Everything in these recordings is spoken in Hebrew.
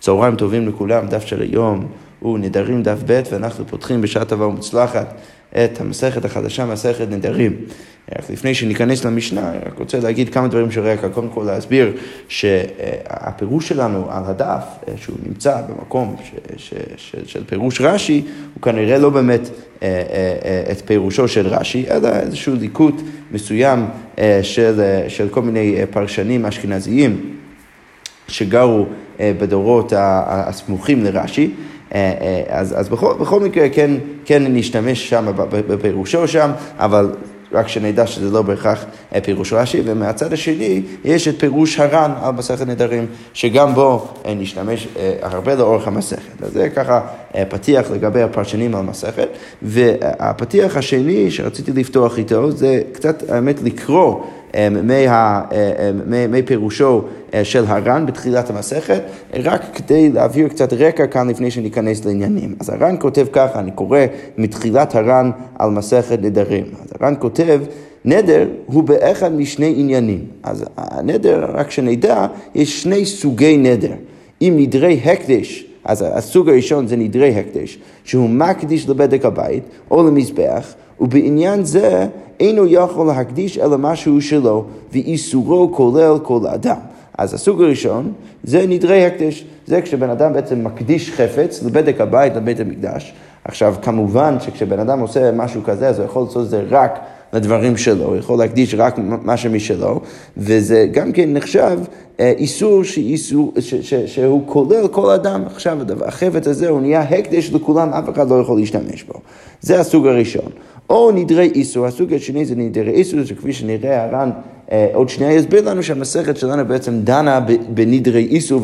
צהריים טובים לכולם, דף של היום הוא נדרים דף ב', ואנחנו פותחים בשעה טובה ומוצלחת את המסכת החדשה, מסכת נדרים. לפני שניכנס למשנה, אני רק רוצה להגיד כמה דברים שרקע. קודם כל להסביר שהפירוש שלנו על הדף, שהוא נמצא במקום של פירוש רש"י, הוא כנראה לא באמת את פירושו של רש"י, אלא איזשהו ליקוט מסוים של כל מיני פרשנים אשכנזיים שגרו בדורות הסמוכים לרש"י. אז בכל מקרה כן נשתמש שם בפירושו שם, אבל רק שנדע שזה לא בהכרח פירוש רש"י. ומהצד השני יש את פירוש הר"ן על מסכת נדרים, שגם בו נשתמש הרבה לאורך המסכת. אז זה ככה פתיח לגבי הפרשנים על מסכת. והפתיח השני שרציתי לפתוח איתו זה קצת האמת לקרוא מפירושו של הר"ן בתחילת המסכת, רק כדי להעביר קצת רקע כאן לפני שניכנס לעניינים. אז הר"ן כותב ככה, אני קורא מתחילת הר"ן על מסכת נדרים. אז הר"ן כותב, נדר הוא באחד משני עניינים. אז הנדר, רק שנדע, יש שני סוגי נדר. אם נדרי הקדש, אז הסוג הראשון זה נדרי הקדש, שהוא מקדיש לבדק הבית או למזבח, ובעניין זה אינו יכול להקדיש אלא משהו שלו, ואיסורו כולל כל אדם. אז הסוג הראשון זה נדרי הקדש, זה כשבן אדם בעצם מקדיש חפץ לבדק הבית, לבית המקדש. עכשיו כמובן שכשבן אדם עושה משהו כזה, אז הוא יכול לעשות את זה רק לדברים שלו, הוא יכול להקדיש רק משהו משלו, וזה גם כן נחשב איסור שהוא כולל כל אדם. עכשיו החפץ הזה הוא נהיה הקדש לכולם, אף אחד לא יכול להשתמש בו. זה הסוג הראשון. או נדרי איסור, הסוג השני זה נדרי איסור, זה כפי שנראה הר"ן עוד שנייה יסביר לנו שהמסכת שלנו בעצם דנה בנדרי איסור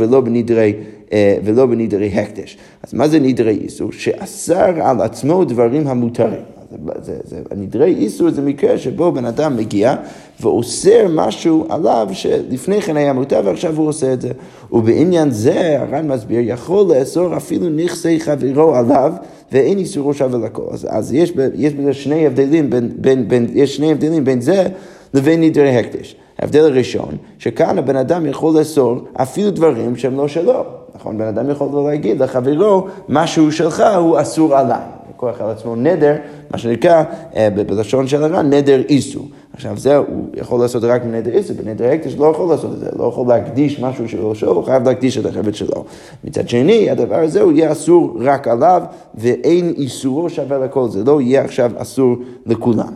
ולא בנדרי הקדש. אז מה זה נדרי איסור? שאסר על עצמו דברים המותרים. הנדרי איסור זה מקרה שבו בן אדם מגיע ואוסר משהו עליו שלפני כן היה מותר ועכשיו הוא עושה את זה. ובעניין זה הר"ן מסביר, יכול לאסור אפילו נכסי חברו עליו ואין איסורו שווה לכל. אז יש בזה שני הבדלים בין זה לבין נדרי הקדש. ההבדל הראשון, שכאן הבן אדם יכול לאסור אפילו דברים שהם לא שלו. נכון, בן אדם יכול לא להגיד לחברו, משהו שלך הוא אסור עליי. כוח על עצמו נדר, מה שנקרא בלשון של הר"ן, נדר איסור. עכשיו זה הוא יכול לעשות רק בנדר איסור, בנדר הקדש לא יכול לעשות את זה, לא יכול להקדיש משהו שלו, הוא חייב להקדיש את החפץ שלו. מצד שני, הדבר הזה הוא יהיה אסור רק עליו, ואין איסורו שווה לכל, זה לא יהיה עכשיו אסור לכולם.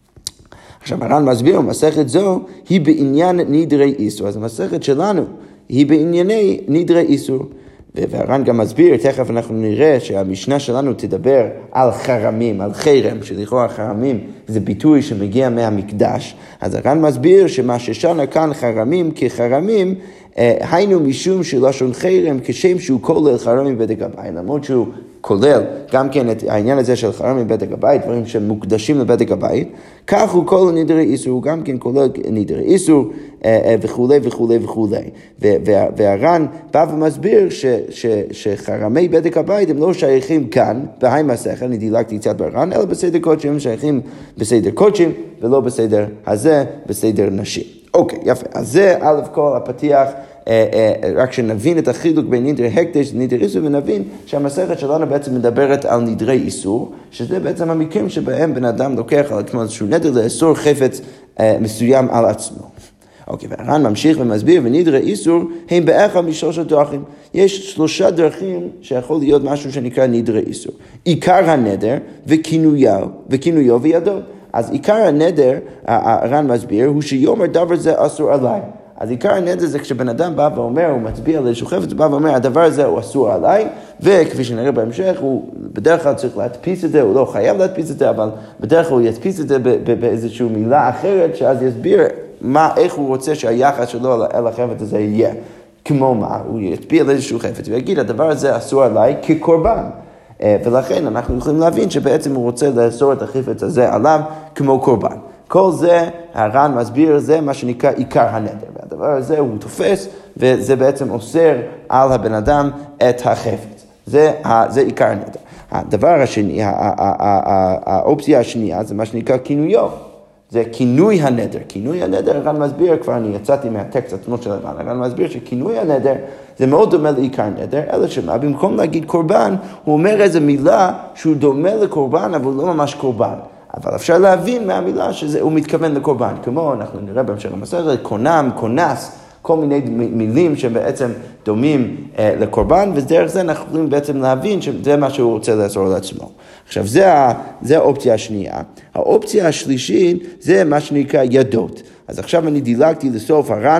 עכשיו הר"ן מסביר, מסכת זו היא בעניין נדרי איסור, אז המסכת שלנו היא בענייני נדרי איסור. והר"ן גם מסביר, תכף אנחנו נראה שהמשנה שלנו תדבר על חרמים, על חרם, שלכאורה חרמים זה ביטוי שמגיע מהמקדש. אז הר"ן מסביר שמה ששנה כאן חרמים כחרמים, היינו משום שלשון חרם כשם שהוא כולל חרמים בדק הבית, למרות שהוא כולל גם כן את העניין הזה של חרמים בדק הבית, דברים שמוקדשים לבדק הבית, כך הוא כולל נדרי איסור, הוא גם כן כולל נדרי איסור וכו' וכו' וכו'. והר"ן בא ומסביר שחרמי בדק הבית הם לא שייכים כאן, בהי מסכת, אני דילגתי קצת בר"ן, אלא בסדר קודשים, הם שייכים בסדר קודשים ולא בסדר הזה, בסדר נשים. אוקיי, יפה. אז זה א' כל הפתיח, רק שנבין את החילוק בין נדרי הקדש ונדרי איסור, ונבין שהמסכת שלנו בעצם מדברת על נדרי איסור, שזה בעצם המקרים שבהם בן אדם לוקח על עצמו איזשהו נדר לאסור חפץ מסוים על עצמו. אוקיי, והר"ן ממשיך ומסביר, ונדרי איסור הם באחד משלוש דרכים. יש 3 דרכים שיכול להיות משהו שנקרא נדרי איסור. עיקר הנדר וכינויו וידו. אז עיקר הנדר, הר"ן מסביר, הוא שיאמר דבר זה אסור עליי. אז עיקר הנדר זה כשבן אדם בא ואומר, הוא מצביע על איזשהו חפץ, הוא בא ואומר, הדבר הזה הוא אסור עליי, וכפי שנראה בהמשך, הוא בדרך כלל צריך להדפיס את זה, הוא לא חייב להדפיס את זה, אבל בדרך כלל הוא ידפיס את זה באיזושהי מילה אחרת, שאז יסביר איך הוא רוצה שהיחס שלו אל החפץ הזה יהיה. כמו מה? הוא יצביע על איזשהו חפץ, ויגיד, הדבר הזה אסור עליי כקורבן. ולכן אנחנו יכולים להבין שבעצם הוא רוצה לאסור את החפץ הזה עליו כמו קורבן. כל זה, הר"ן מסביר, זה מה שנקרא עיקר הנדר. והדבר הזה הוא תופס, וזה בעצם אוסר על הבן אדם את החפץ. זה עיקר הנדר. הדבר השני, האופציה השנייה, זה מה שנקרא כינויו. זה כינוי הנדר. כינוי הנדר, הר"ן מסביר, כבר אני יצאתי מהטקסט עצמו של הר"ן, הר"ן מסביר שכינוי הנדר זה מאוד דומה לעיקר נדר, אלא שמה, במקום להגיד קורבן, הוא אומר איזו מילה שהוא דומה לקורבן, אבל לא ממש קורבן. אבל אפשר להבין מהמילה שהוא מתכוון לקורבן. כמו אנחנו נראה בהמשך המסכת, קונם, קונס, כל מיני מילים שבעצם דומים לקורבן, ודרך זה אנחנו יכולים בעצם להבין שזה מה שהוא רוצה לעשות על עצמו. עכשיו, זה האופציה השנייה. האופציה השלישית זה מה שנקרא ידות. אז עכשיו אני דילגתי לסוף הר"ן,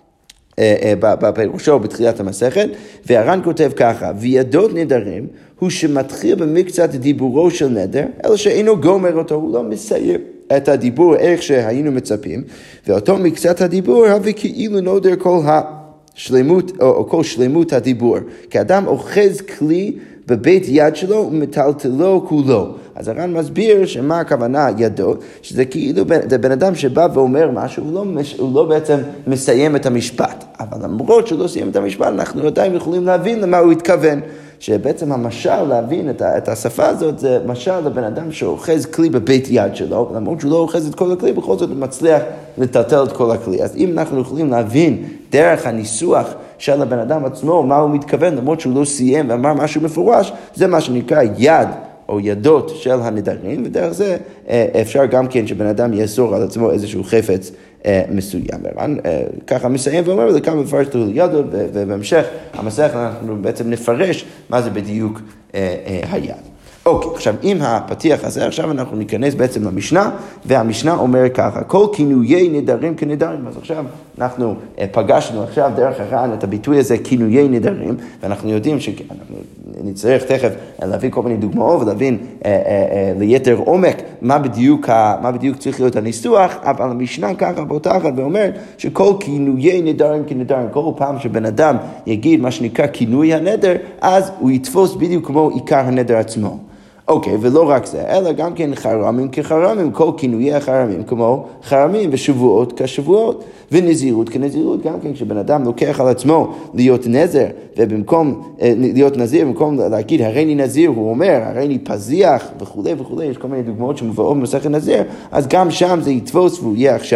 בפירושו בתחילת המסכת, והר"ן כותב ככה, וידות נדרים הוא שמתחיל במקצת דיבורו של נדר, אלא שאינו גומר אותו, הוא לא מסיים את הדיבור איך שהיינו מצפים, ואותו מקצת הדיבור הביא כאילו נודר כל השלמות, או כל שלמות הדיבור, כי אדם אוחז כלי בבית יד שלו ומטלטלו כולו. אז הר"ן מסביר שמה הכוונה ידות, שזה כאילו בן אדם שבא ואומר משהו, הוא לא בעצם מסיים את המשפט. אבל למרות שהוא לא סיים את המשפט, אנחנו עדיין יכולים להבין למה הוא התכוון. שבעצם המשל להבין את השפה הזאת, זה משל לבן אדם שאוחז כלי בבית יד שלו, למרות שהוא לא אוחז את כל הכלי, בכל זאת הוא מצליח לטלטל את כל הכלי. אז אם אנחנו יכולים להבין דרך הניסוח של הבן אדם עצמו, מה הוא מתכוון, למרות שהוא לא סיים ואמר משהו מפורש, זה מה שנקרא יד או ידות של הנדרים, ודרך זה אפשר גם כן שבן אדם יאסור על עצמו איזשהו חפץ מסוים. ככה מסיים ואומר לכמה מפרש תלוי ידות, ובהמשך המסכת אנחנו בעצם נפרש מה זה בדיוק היד. אוקיי, עכשיו עם הפתיח הזה, עכשיו אנחנו ניכנס בעצם למשנה, והמשנה אומר ככה, כל כינויי נדרים כנדרים. אז עכשיו אנחנו פגשנו עכשיו דרך הר"ן את הביטוי הזה, כינויי נדרים, ואנחנו יודעים שאנחנו נצטרך תכף להביא כל מיני דוגמאות ולהבין ליתר עומק מה בדיוק צריך להיות הניסוח, אבל המשנה ככה פותחת ואומרת שכל כינויי נדרים כנדרים, כל פעם שבן אדם יגיד מה שנקרא כינוי הנדר, אז הוא יתפוס בדיוק כמו עיקר הנדר עצמו. אוקיי, ולא רק זה, אלא גם כן חרמים כחרמים, כל כינויי החרמים כמו חרמים, ושבועות כשבועות, ונזירות כנזירות, גם כן כשבן אדם לוקח על עצמו להיות נזר, ובמקום להיות נזיר, במקום להגיד הריני נזיר, הוא אומר הריני פזיח וכו' וכו', יש כל מיני דוגמאות שמובאות במסכת נזיר, אז גם שם זה יתפוס והוא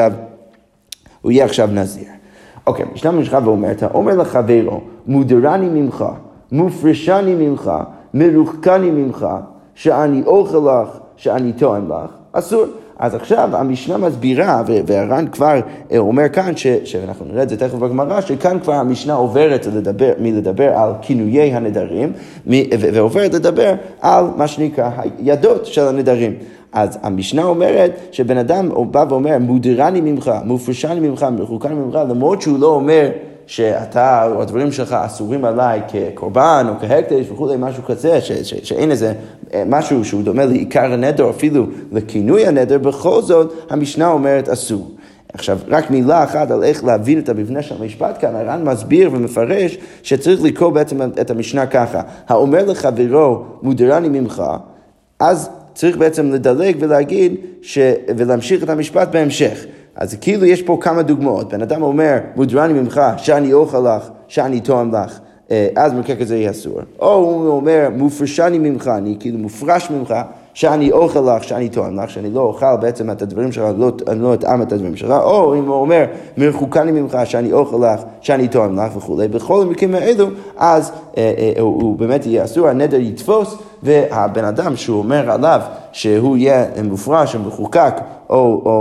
יהיה עכשיו נזיר. אוקיי, משנה משנה ואומרת, אומר לחברו, מודרני ממך, מופרשני ממך, מרוחקני ממך, שאני אוכל לך, שאני טועם לך, אסור. אז עכשיו המשנה מסבירה, והר"ן כבר אומר כאן, שאנחנו נראה את זה תכף בגמרא, שכאן כבר המשנה עוברת מלדבר על כינויי הנדרים, ועוברת לדבר על מה שנקרא הידות של הנדרים. אז המשנה אומרת שבן אדם בא ואומר, מודרני ממך, מופרשני ממך, מרחוקני ממך, למרות שהוא לא אומר שאתה או הדברים שלך אסורים עליי כקורבן או כהקדש וכו', משהו כזה, שאין איזה משהו שהוא דומה לעיקר הנדר, אפילו לכינוי הנדר, בכל זאת המשנה אומרת אסור. עכשיו, רק מילה אחת על איך להבין את המבנה של המשפט כאן, הר"ן מסביר ומפרש שצריך לקרוא בעצם את המשנה ככה, האומר לחברו מודרני ממך, אז צריך בעצם לדלג ולהגיד ולהמשיך את המשפט בהמשך. אז כאילו יש פה כמה דוגמאות. בן אדם אומר, מודרני ממך, שאני אוכל לך, שאני טועם לך, אז מקרה כזה יהיה אסור. או הוא אומר, מופרשני ממך, אני כאילו מופרש ממך, שאני אוכל לך, שאני טועם לך, שאני לא אוכל בעצם את הדברים שלך, אני לא אטעם את הדברים שלך, או אם הוא אומר, מרחוקני ממך, שאני אוכל לך, שאני טועם לך וכו'. בכל המקרים האלו, אז הוא באמת יהיה אסור, הנדר יתפוס, והבן אדם שהוא אומר עליו שהוא יהיה מופרש או מחוקק או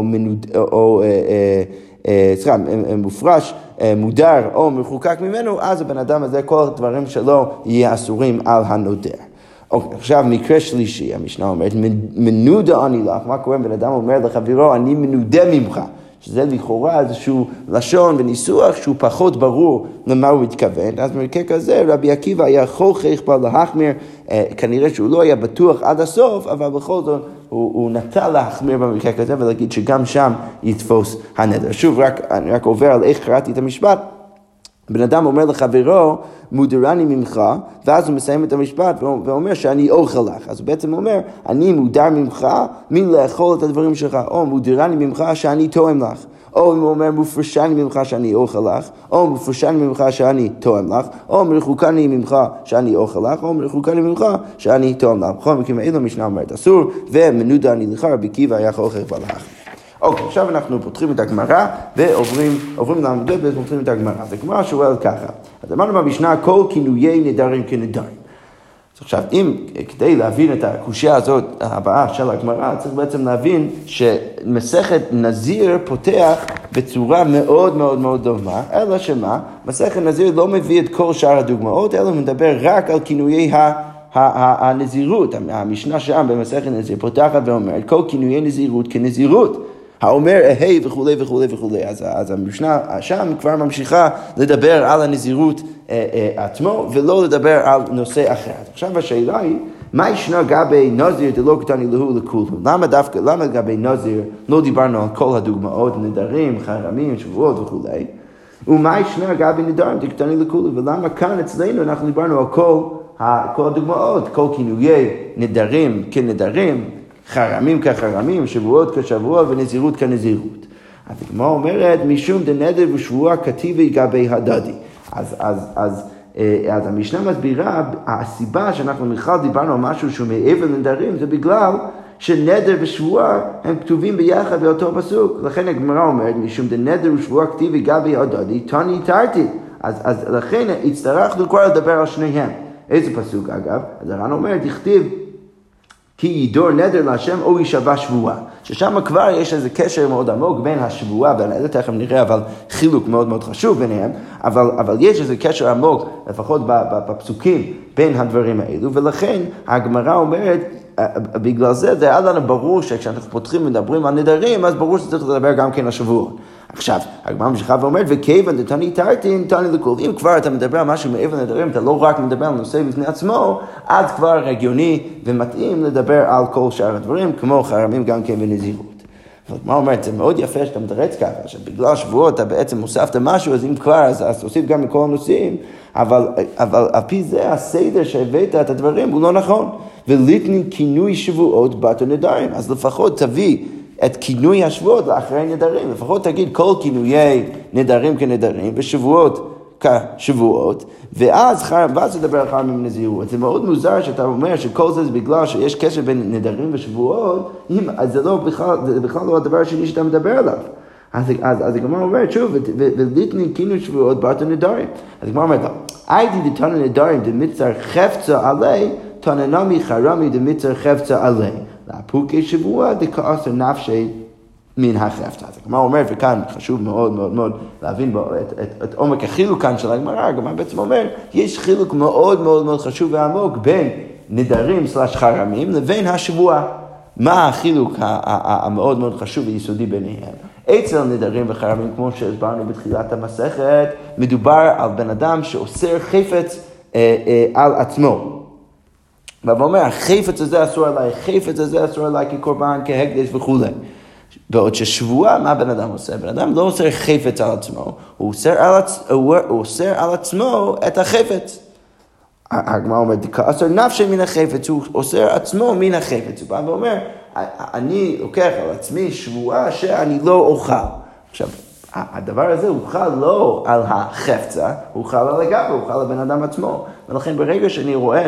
מופרש, מודר או מחוקק ממנו, אז הבן אדם הזה כל הדברים שלו יהיה אסורים על הנודר. אוקיי, עכשיו מקרה שלישי, המשנה אומרת, מנודה אני לך, מה קורה? בן אדם אומר לחברו, אני מנודה ממך. שזה לכאורה איזשהו לשון וניסוח שהוא פחות ברור למה הוא מתכוון. אז במקרה כזה רבי עקיבא היה חוכך בה להחמיר, כנראה שהוא לא היה בטוח עד הסוף, אבל בכל זאת הוא נטה להחמיר במקרה כזה ולהגיד שגם שם יתפוס הנדר. שוב, אני רק עובר על איך קראתי את המשפט. בן אדם אומר לחברו, מודרני ממך, ואז הוא מסיים את המשפט ואומר שאני אוכל לך. אז הוא בעצם אומר, אני מודר ממך מלאכול את הדברים שלך, או מודרני ממך שאני טועם לך. או אם הוא אומר, מופרשני ממך שאני אוכל לך, או מופרשני ממך שאני טועם לך, או מרחוקני ממך שאני אוכל לך, או מרחוקני ממך שאני טועם לך. בכל מקרים האלו המשנה אומרת אסור, ומנודה אני לך, רבי עקיבא היה חוכך בה להחמיר. אוקיי, עכשיו אנחנו פותחים את הגמרא ועוברים לעמוד ב' ופותחים את הגמרא. אז הגמרא שואל ככה, אז אמרנו במשנה, כל כינויי נדרים כנדרים. אז עכשיו, כדי להבין את הקושיה הזאת הבאה של הגמרא, צריך בעצם להבין שמסכת נזיר פותח בצורה מאוד מאוד מאוד דומה, אלא שמה? מסכת נזיר לא מביא את כל שאר הדוגמאות, אלא מדבר רק על כינויי הנזירות. המשנה שם במסכת נזיר פותחת ואומרת, כל כינויי נזירות כנזירות. האומר אהי וכו' וכו' וכו'. אז המשנה שם כבר ממשיכה לדבר על הנזירות עצמו, ולא לדבר על נושא אחר. עכשיו השאלה היא, מה ישנה גבי נזיר דלא קטני להו לכולו? למה גבי נזיר לא דיברנו על כל הדוגמאות, נדרים, חרמים, שבועות וכו'? ומה ישנה גבי נדרים דלא קטני לכולו? ולמה כאן אצלנו אנחנו דיברנו על כל הדוגמאות, כל כינויי נדרים כנדרים, חרמים כחרמים, שבועות כשבועות ונזירות כנזירות. אז הגמרא אומרת, משום דנדר ושבועה כתיבי גבי הדדי. אז המשנה מסבירה, הסיבה שאנחנו בכלל דיברנו על משהו שהוא מעבר לנדרים, זה בגלל שנדר ושבועה הם כתובים ביחד באותו פסוק. לכן הגמרא אומרת, משום דנדר ושבועה כתיבי גבי הדדי, תני תרתי. אז לכן הצטרכנו כבר לדבר על שניהם. איזה פסוק אגב? אז הר"ן אומר, תכתיב, כי ידור נדר להשם או יישבע שבועה. ששם כבר יש איזה קשר מאוד עמוק בין השבועה והנדר, תכף נראה אבל חילוק מאוד מאוד חשוב ביניהם, אבל יש איזה קשר עמוק, לפחות בפסוקים, בין הדברים האלו, ולכן הגמרא אומרת, בגלל זה היה לנו ברור שכשאנחנו פותחים מדברים על נדרים, אז ברור שצריך לדבר גם כן על שבועות. עכשיו, הגמרא ממשיכה ואומרת, וכיוון דתני תרתין, תני לכול. אם כבר אתה מדבר על משהו מעבר לנדרים, אתה לא רק מדבר על נושא בפני עצמו, אז כבר הגיוני ומתאים לדבר על כל שאר הדברים, כמו חרמים גם כן ונזירות. הגמרא אומרת, זה מאוד יפה שאתה מתרץ ככה, שבגלל שבועות אתה בעצם הוספת משהו, אז אם כבר, אז תוסיף גם מכל הנושאים, אבל על פי זה הסדר שהבאת את הדברים הוא לא נכון. וליתני כינוי שבועות בתו נדרים, אז לפחות תביא את כינוי השבועות לאחרי נדרים, לפחות תגיד כל כינויי נדרים כנדרים ושבועות כשבועות, ואז תדבר על חרמים ונזירות. זה מאוד מוזר שאתה אומר שכל זה בגלל שיש קשר בין נדרים ושבועות, אז זה בכלל לא הדבר השני שאתה מדבר עליו. אז הגמרא אומרת שוב, וליתני כינוי שבועות בתו נדרים. אז הגמרא אומרת, הייתי דתנו נדרים דמצר חפצה עלי, תננמי חרמי דמצר חפצה עלי. להפוקי שבוע דכעשר נפשי מן החפצה. אז הגמרא אומרת, וכאן חשוב מאוד מאוד מאוד להבין את עומק החילוק כאן של הגמרא, הגמרא בעצם אומר, יש חילוק מאוד מאוד מאוד חשוב ועמוק בין נדרים / חרמים לבין השבוע. מה החילוק המאוד מאוד חשוב ויסודי ביניהם? אצל נדרים וחרמים, כמו שהסברנו בתחילת המסכת, מדובר על בן אדם שאוסר חפץ על עצמו. ואומר, החפץ הזה אסור עליי, החפץ הזה אסור עליי כקורבן, כהקדש וכו'. בעוד ששבועה, מה בן אדם עושה? בן אדם לא אוסר חפץ על עצמו, הוא אוסר על עצמו את החפץ. הגמרא אומרת, דכעשר נפשי מן החפץ, הוא אוסר עצמו מן החפץ. הוא בא ואומר, אני לוקח על עצמי שבועה שאני לא אוכל. עכשיו, הדבר הזה הוא חל לא על החפצה, הוא חל על הגב, הוא חל על בן אדם עצמו. ולכן ברגע שאני רואה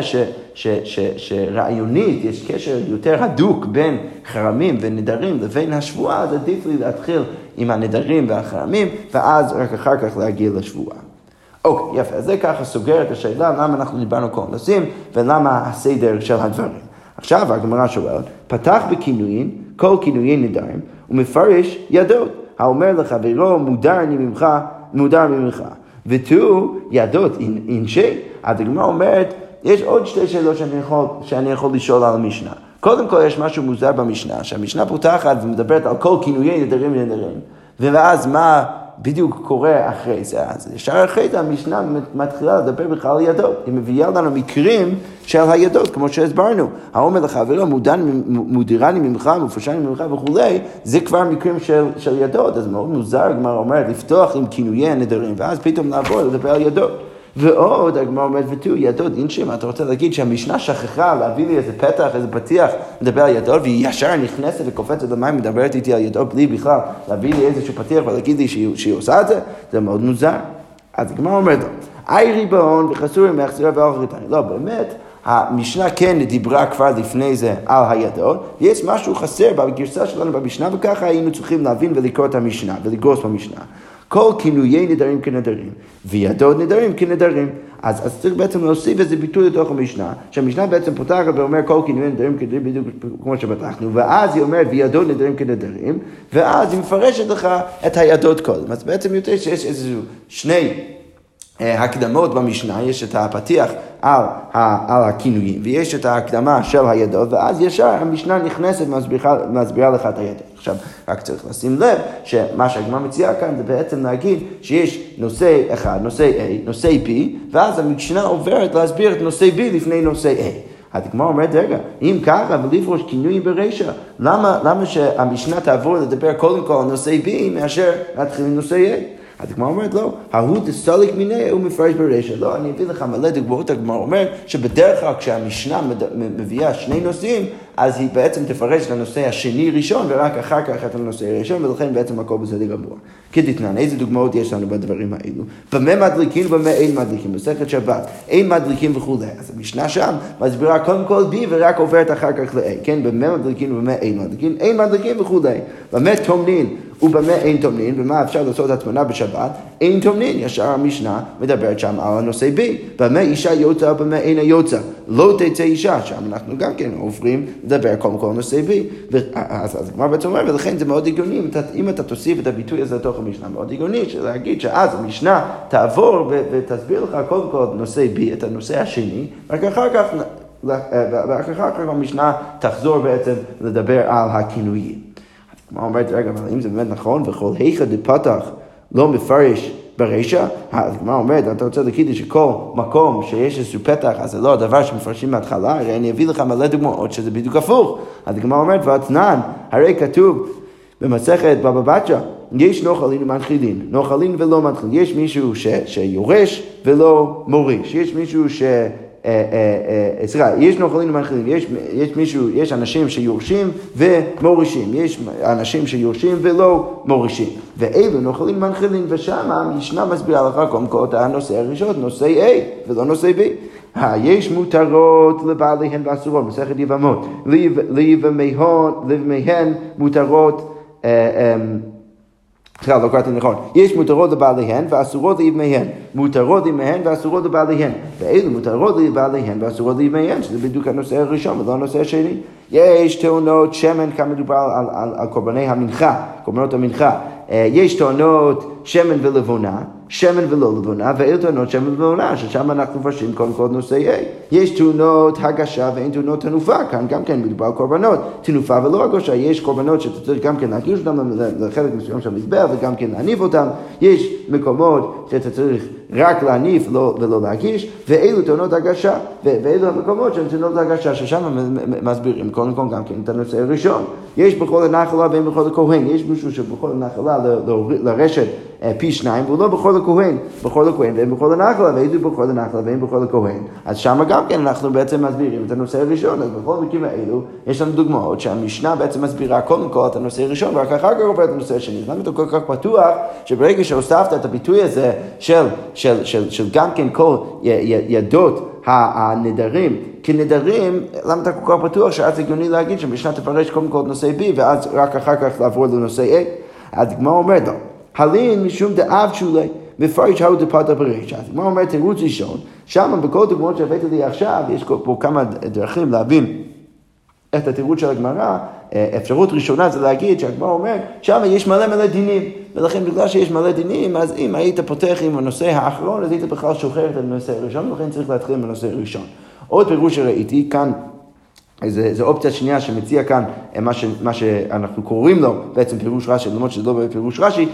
שרעיונית יש קשר יותר הדוק בין חרמים ונדרים לבין השבועה, אז עדיף לי להתחיל עם הנדרים והחרמים, ואז רק אחר כך להגיע לשבועה. אוקיי, יפה, אז זה ככה סוגר את השאלה, למה אנחנו דיברנו כל נושאים, ולמה הסדר של הדברים. עכשיו הגמרא שואלת, פתח בכינויים, כל כינויי נדרים, ומפרש ידות. האומר לחברו, מודר ממך, ותו ידות אינשי. אז הגמרא אומרת, יש עוד שתי שאלות שאני יכול לשאול על המשנה. קודם כל יש משהו מוזר במשנה, שהמשנה פותחת ומדברת על כל כינויי נדרים ונדרים, ואז מה בדיוק קורה אחרי זה? אז ישר אחרי זה המשנה מתחילה לדבר בכלל על ידות. היא מביאה לנו מקרים של הידות, כמו שהסברנו. האומר לחברו, מודירני ממך, מפרשני ממך וכו', זה כבר מקרים של ידות. אז מאוד מוזר, הגמרא אומרת, לפתוח עם כינויי הנדרים, ואז פתאום לעבור לדבר על ידות. ועוד, הגמרא אומרת, ותו ידות אינשם, אתה רוצה להגיד שהמשנה שכחה להביא לי איזה פתח, איזה פתיח, לדבר על ידות, והיא ישר נכנסת וקופצת למים, מדברת איתי על ידות בלי בכלל, להביא לי איזשהו פתיח ולהגיד לי שהיא עושה את זה, זה מאוד מוזר. אז הגמרא אומרת, אי ריבון וחסורי מחסירה ואוכל ריתני. לא, באמת, המשנה כן דיברה כבר לפני זה על הידות, ויש משהו חסר בגרסה שלנו במשנה, וככה היינו צריכים להבין ולקרוא את המשנה, ולגרוס במשנה. כל כינויי נדרים כנדרים, וידות נדרים כנדרים. אז צריך בעצם להוסיף איזה ביטוי לתוך המשנה, שהמשנה בעצם פותחת ואומר כל כינויי נדרים כנדרים בדיוק כמו שבטחנו, ואז היא אומרת וידות נדרים כנדרים, ואז היא מפרשת לך את הידות קודם. אז בעצם יותר שיש איזשהו שני הקדמות במשנה, יש את הפתיח על הכינויים, ויש את ההקדמה של הידות, ואז ישר המשנה נכנסת ומסבירה לך את הידות. עכשיו, רק צריך לשים לב שמה שהגמרא מציעה כאן זה בעצם להגיד שיש נושא אחד, נושא A, נושא B, ואז המשנה עוברת להסביר את נושא B לפני נושא A. הגמרא אומרת, רגע, אם ככה ולפרוש כינוי ברישא, למה שהמשנה תעבור לדבר קודם כל על נושא B מאשר להתחיל עם נושא A? אז הגמרא אומרת, לא, ההוא דסתליק מיניה הוא מפרש ברישא. לא, אני אביא לך מלא דוגמאות. הגמרא אומרת שבדרך כלל כשהמשנה מביאה שני נושאים, אז היא בעצם תפרש את הנושא השני ראשון, ורק אחר כך את הנושא הראשון, ולכן בעצם הכל בסדר גמור. כדתנן, איזה דוגמאות יש לנו בדברים האלו? במה מדליקים ובמה אין מדליקים? מסכת שבת, אין מדליקים וכו'. אז המשנה שם מסבירה קודם כל B ורק עוברת אחר כך ל-A. כן, במה מדליקים ובמה אין מדליקים? אין מדליקים וכו'. במה תומנין ובמה אין תומנין? במה אפשר לעשות התמונה בשבת? אין תומנין. ישר המשנה מדברת שם על הנושא B. במה אישה יוצא ובמה אין היוצא? לא תצא אישה. שם אנחנו גם כן עוברים לדבר קודם כל נושא B. אז הגמרא בעצם אומר, ולכן זה מאוד הגיוני, אם אתה תוסיף את הביטוי הזה לתוך המשנה, מאוד הגיוני להגיד שאז המשנה תעבור ותסביר לך קודם כל נושא B, את הנושא השני, רק אחר כך המשנה תחזור בעצם לדבר על הכינויים. הגמרא אומרת, רגע, אבל אם זה באמת נכון, וכל היכא דפתח לא מפרש ברישא, הגמרא אומרת, אתה רוצה להגיד שכל מקום שיש איזשהו פתח, אז זה לא הדבר שמפרשים מההתחלה, הרי אני אביא לך מלא דוגמאות שזה בדיוק הפוך. אז הגמרא אומרת, ואתנן, הרי כתוב במסכת בבא בתרא, יש נוחלין ומנחילין, נוחלין ולא מנחילין, יש מישהו שיורש ולא מוריש, יש מישהו יש נוחלין ומנחילין, יש אנשים שיורשים ומורישים, יש אנשים שיורשים ולא מורישים, ואלו נוחלין ומנחילין, ושם המשנה מסבירה לך קודם כל את הנושא הראשון, נושא A ולא נושא B. יש מותרות לבעליהן ואסורות, מסכת יבמות, לבמיהן מותרות, לא קראתי נכון. יש מותרות לבעליהן ואסורות לאיבמיהן. מותרות לאיבמיהן ואסורות לבעליהן. ואילו מותרות לבעליהן ואסורות לאיבמיהן, שזה בדיוק הנושא הראשון ולא הנושא השני. יש טעונות שמן, כאן מדובר על קורבני המנחה, קורבנות המנחה. יש טעונות שמן ולבונה, שמן ולא לבונה, ואילו טעונות שמן ולבונה, ששם אנחנו מפרשים קודם כל נושא A. יש טעונות הגשה ואין טעונות תנופה, כאן גם כן מדובר על קורבנות, תנופה ולא הגשה. יש קורבנות שאתה צריך גם כן להגיש אותם לחלק מסוים של מזבח וגם כן להניף אותם. יש מקומות שאתה צריך רק להניף ולא להגיש, ואילו טעונות הגשה, ואילו המקומות שהן טעונות הגשה, ששם מסבירים קודם כל גם כן את הנושא הראשון. יש בכל הנחלה ואין בכל הכהן, יש מישהו שבכל הנחלה לרשת פי שניים, והוא לא בכל הכהן ואין בכל הנחלה, ואיזה בכל הנחלה ואין בכל הכהן. אז שם גם כן אנחנו בעצם מסבירים את הנושא הראשון. אז בכל מקרים האלו יש לנו דוגמאות שהמשנה בעצם מסבירה קודם כל את הנושא הראשון, ורק אחר כך עובר את הנושא השני. למה אתה כל כך פתוח שברגע שהוספת את הביטוי הזה של גם כן כל ידות הנדרים כנדרים, למה אתה כל כך פתוח שאז הגיוני להגיד שהמשנה תפרש קודם כל את נושא B ואז רק אחר כך לעבור לנושא A? הדגמרא אומרת לו, הלין משום דאב שולי מפרש ההוא דפתח ברישא. אז הדגמרא אומרת תירוץ ראשון, שם בכל דוגמאות שהבאתי לי עכשיו יש פה כמה דרכים להבין את התירוץ של הגמרא. אפשרות ראשונה זה להגיד שהגמרא אומר שם יש מלא דינים, ולכן בגלל שיש מלא דינים, אז אם היית פותח עם הנושא האחרון, אז היית בכלל שוחרר את הנושא הראשון, ולכן צריך להתחיל עם הנושא הראשון. עוד פירוש שראיתי כאן, זו אופציה שנייה שמציע כאן מה שאנחנו קוראים לו בעצם פירוש רש"י, למרות שזה לא בפירוש רש"י,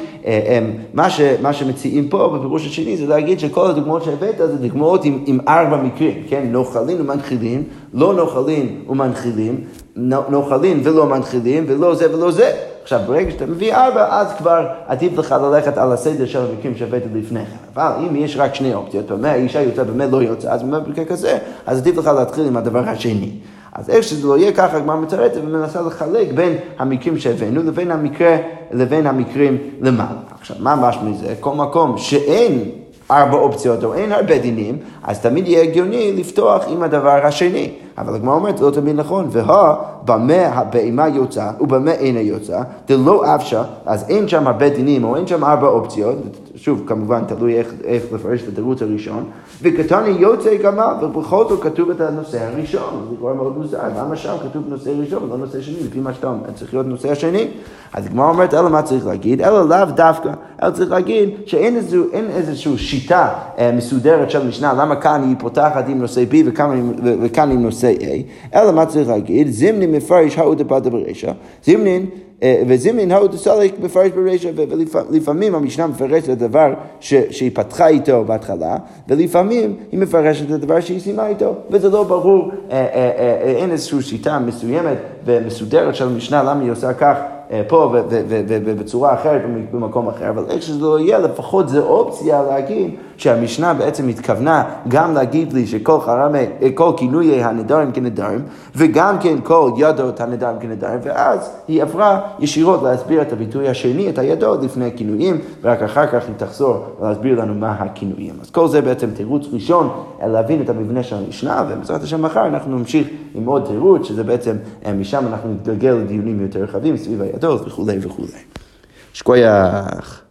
מה שמציעים פה בפירוש השני זה להגיד שכל הדוגמאות שהבאת זה דוגמאות עם 4 מקרים, כן? נוחלין ומנחילין, לא נוחלין ומנחילים, נוחלין ולא מנחילים, ולא זה ולא זה. עכשיו, ברגע שאתה מביא 4, אז כבר עדיף לך ללכת על הסדר של המקרים שהבאת לפני כן. אבל אם יש רק 2 אופציות, במה האישה יוצא, במה לא יוצא, אז במקרה כזה, אז עדיף לך להתחיל עם הדבר השני. אז איך שזה לא יהיה ככה, הגמרא מתרצת ומנסה לחלק בין המקרים שהבאנו לבין המקרים למעלה. עכשיו, מה משמע מזה? כל מקום שאין 4 אופציות או אין הרבה דינים, אז תמיד יהיה הגיוני לפתוח עם הדבר השני. אבל הגמרא אומרת, לא תמיד נכון, במה הבהמה יוצא ובמה אינה יוצא, דלא אפשר, אז אין שם הרבה דינים או אין שם 4 אופציות, שוב, כמובן, תלוי איך לפרש את התירוץ הראשון, וקטני יוצא גמל, ובכל זאת כתוב את הנושא הראשון, זה כבר מאוד מוזר, למה שם כתוב נושא ראשון ולא נושא שני, לפי מה שאתה אומר, צריך להיות נושא השני. אז הגמרא אומרת, אלא מה צריך להגיד? אלא לאו דווקא, אלא צריך להגיד שאין איזושהי שיטה מסודרת של משנה, למה כאן היא פותחת עם נושא B וכאן עם נושא A, אלא מה צריך להגיד? זימנין מפרש האו דפת ברישא, וזימנין האו דסלק מפרש ברישא, ולפעמים המשנה מפרשת את הדבר שהיא פתחה איתו בהתחלה, ולפעמים היא מפרשת את הדבר שהיא סיימה איתו, וזה לא ברור, אין איזושהי שיטה מסוימת ומסודרת של המשנה, למה היא עושה כך פה ובצורה אחרת במקום אחר, אבל איך שזה לא יהיה, לפחות זה אופציה להגיד שהמשנה בעצם התכוונה גם להגיד לי שכל כל כינויי הנדרים כנדרים, וגם כן כל ידות הנדרים כנדרים, ואז היא עברה ישירות להסביר את הביטוי השני, את הידות לפני הכינויים, ורק אחר כך היא תחזור להסביר לנו מה הכינויים. אז כל זה בעצם תירוץ ראשון להבין את המבנה של המשנה, ובעזרת השם מחר אנחנו נמשיך עם עוד תירוץ, שזה בעצם משם אנחנו נתגלגל לדיונים יותר רחבים סביב הידות וכו' וכו'. שכוייח.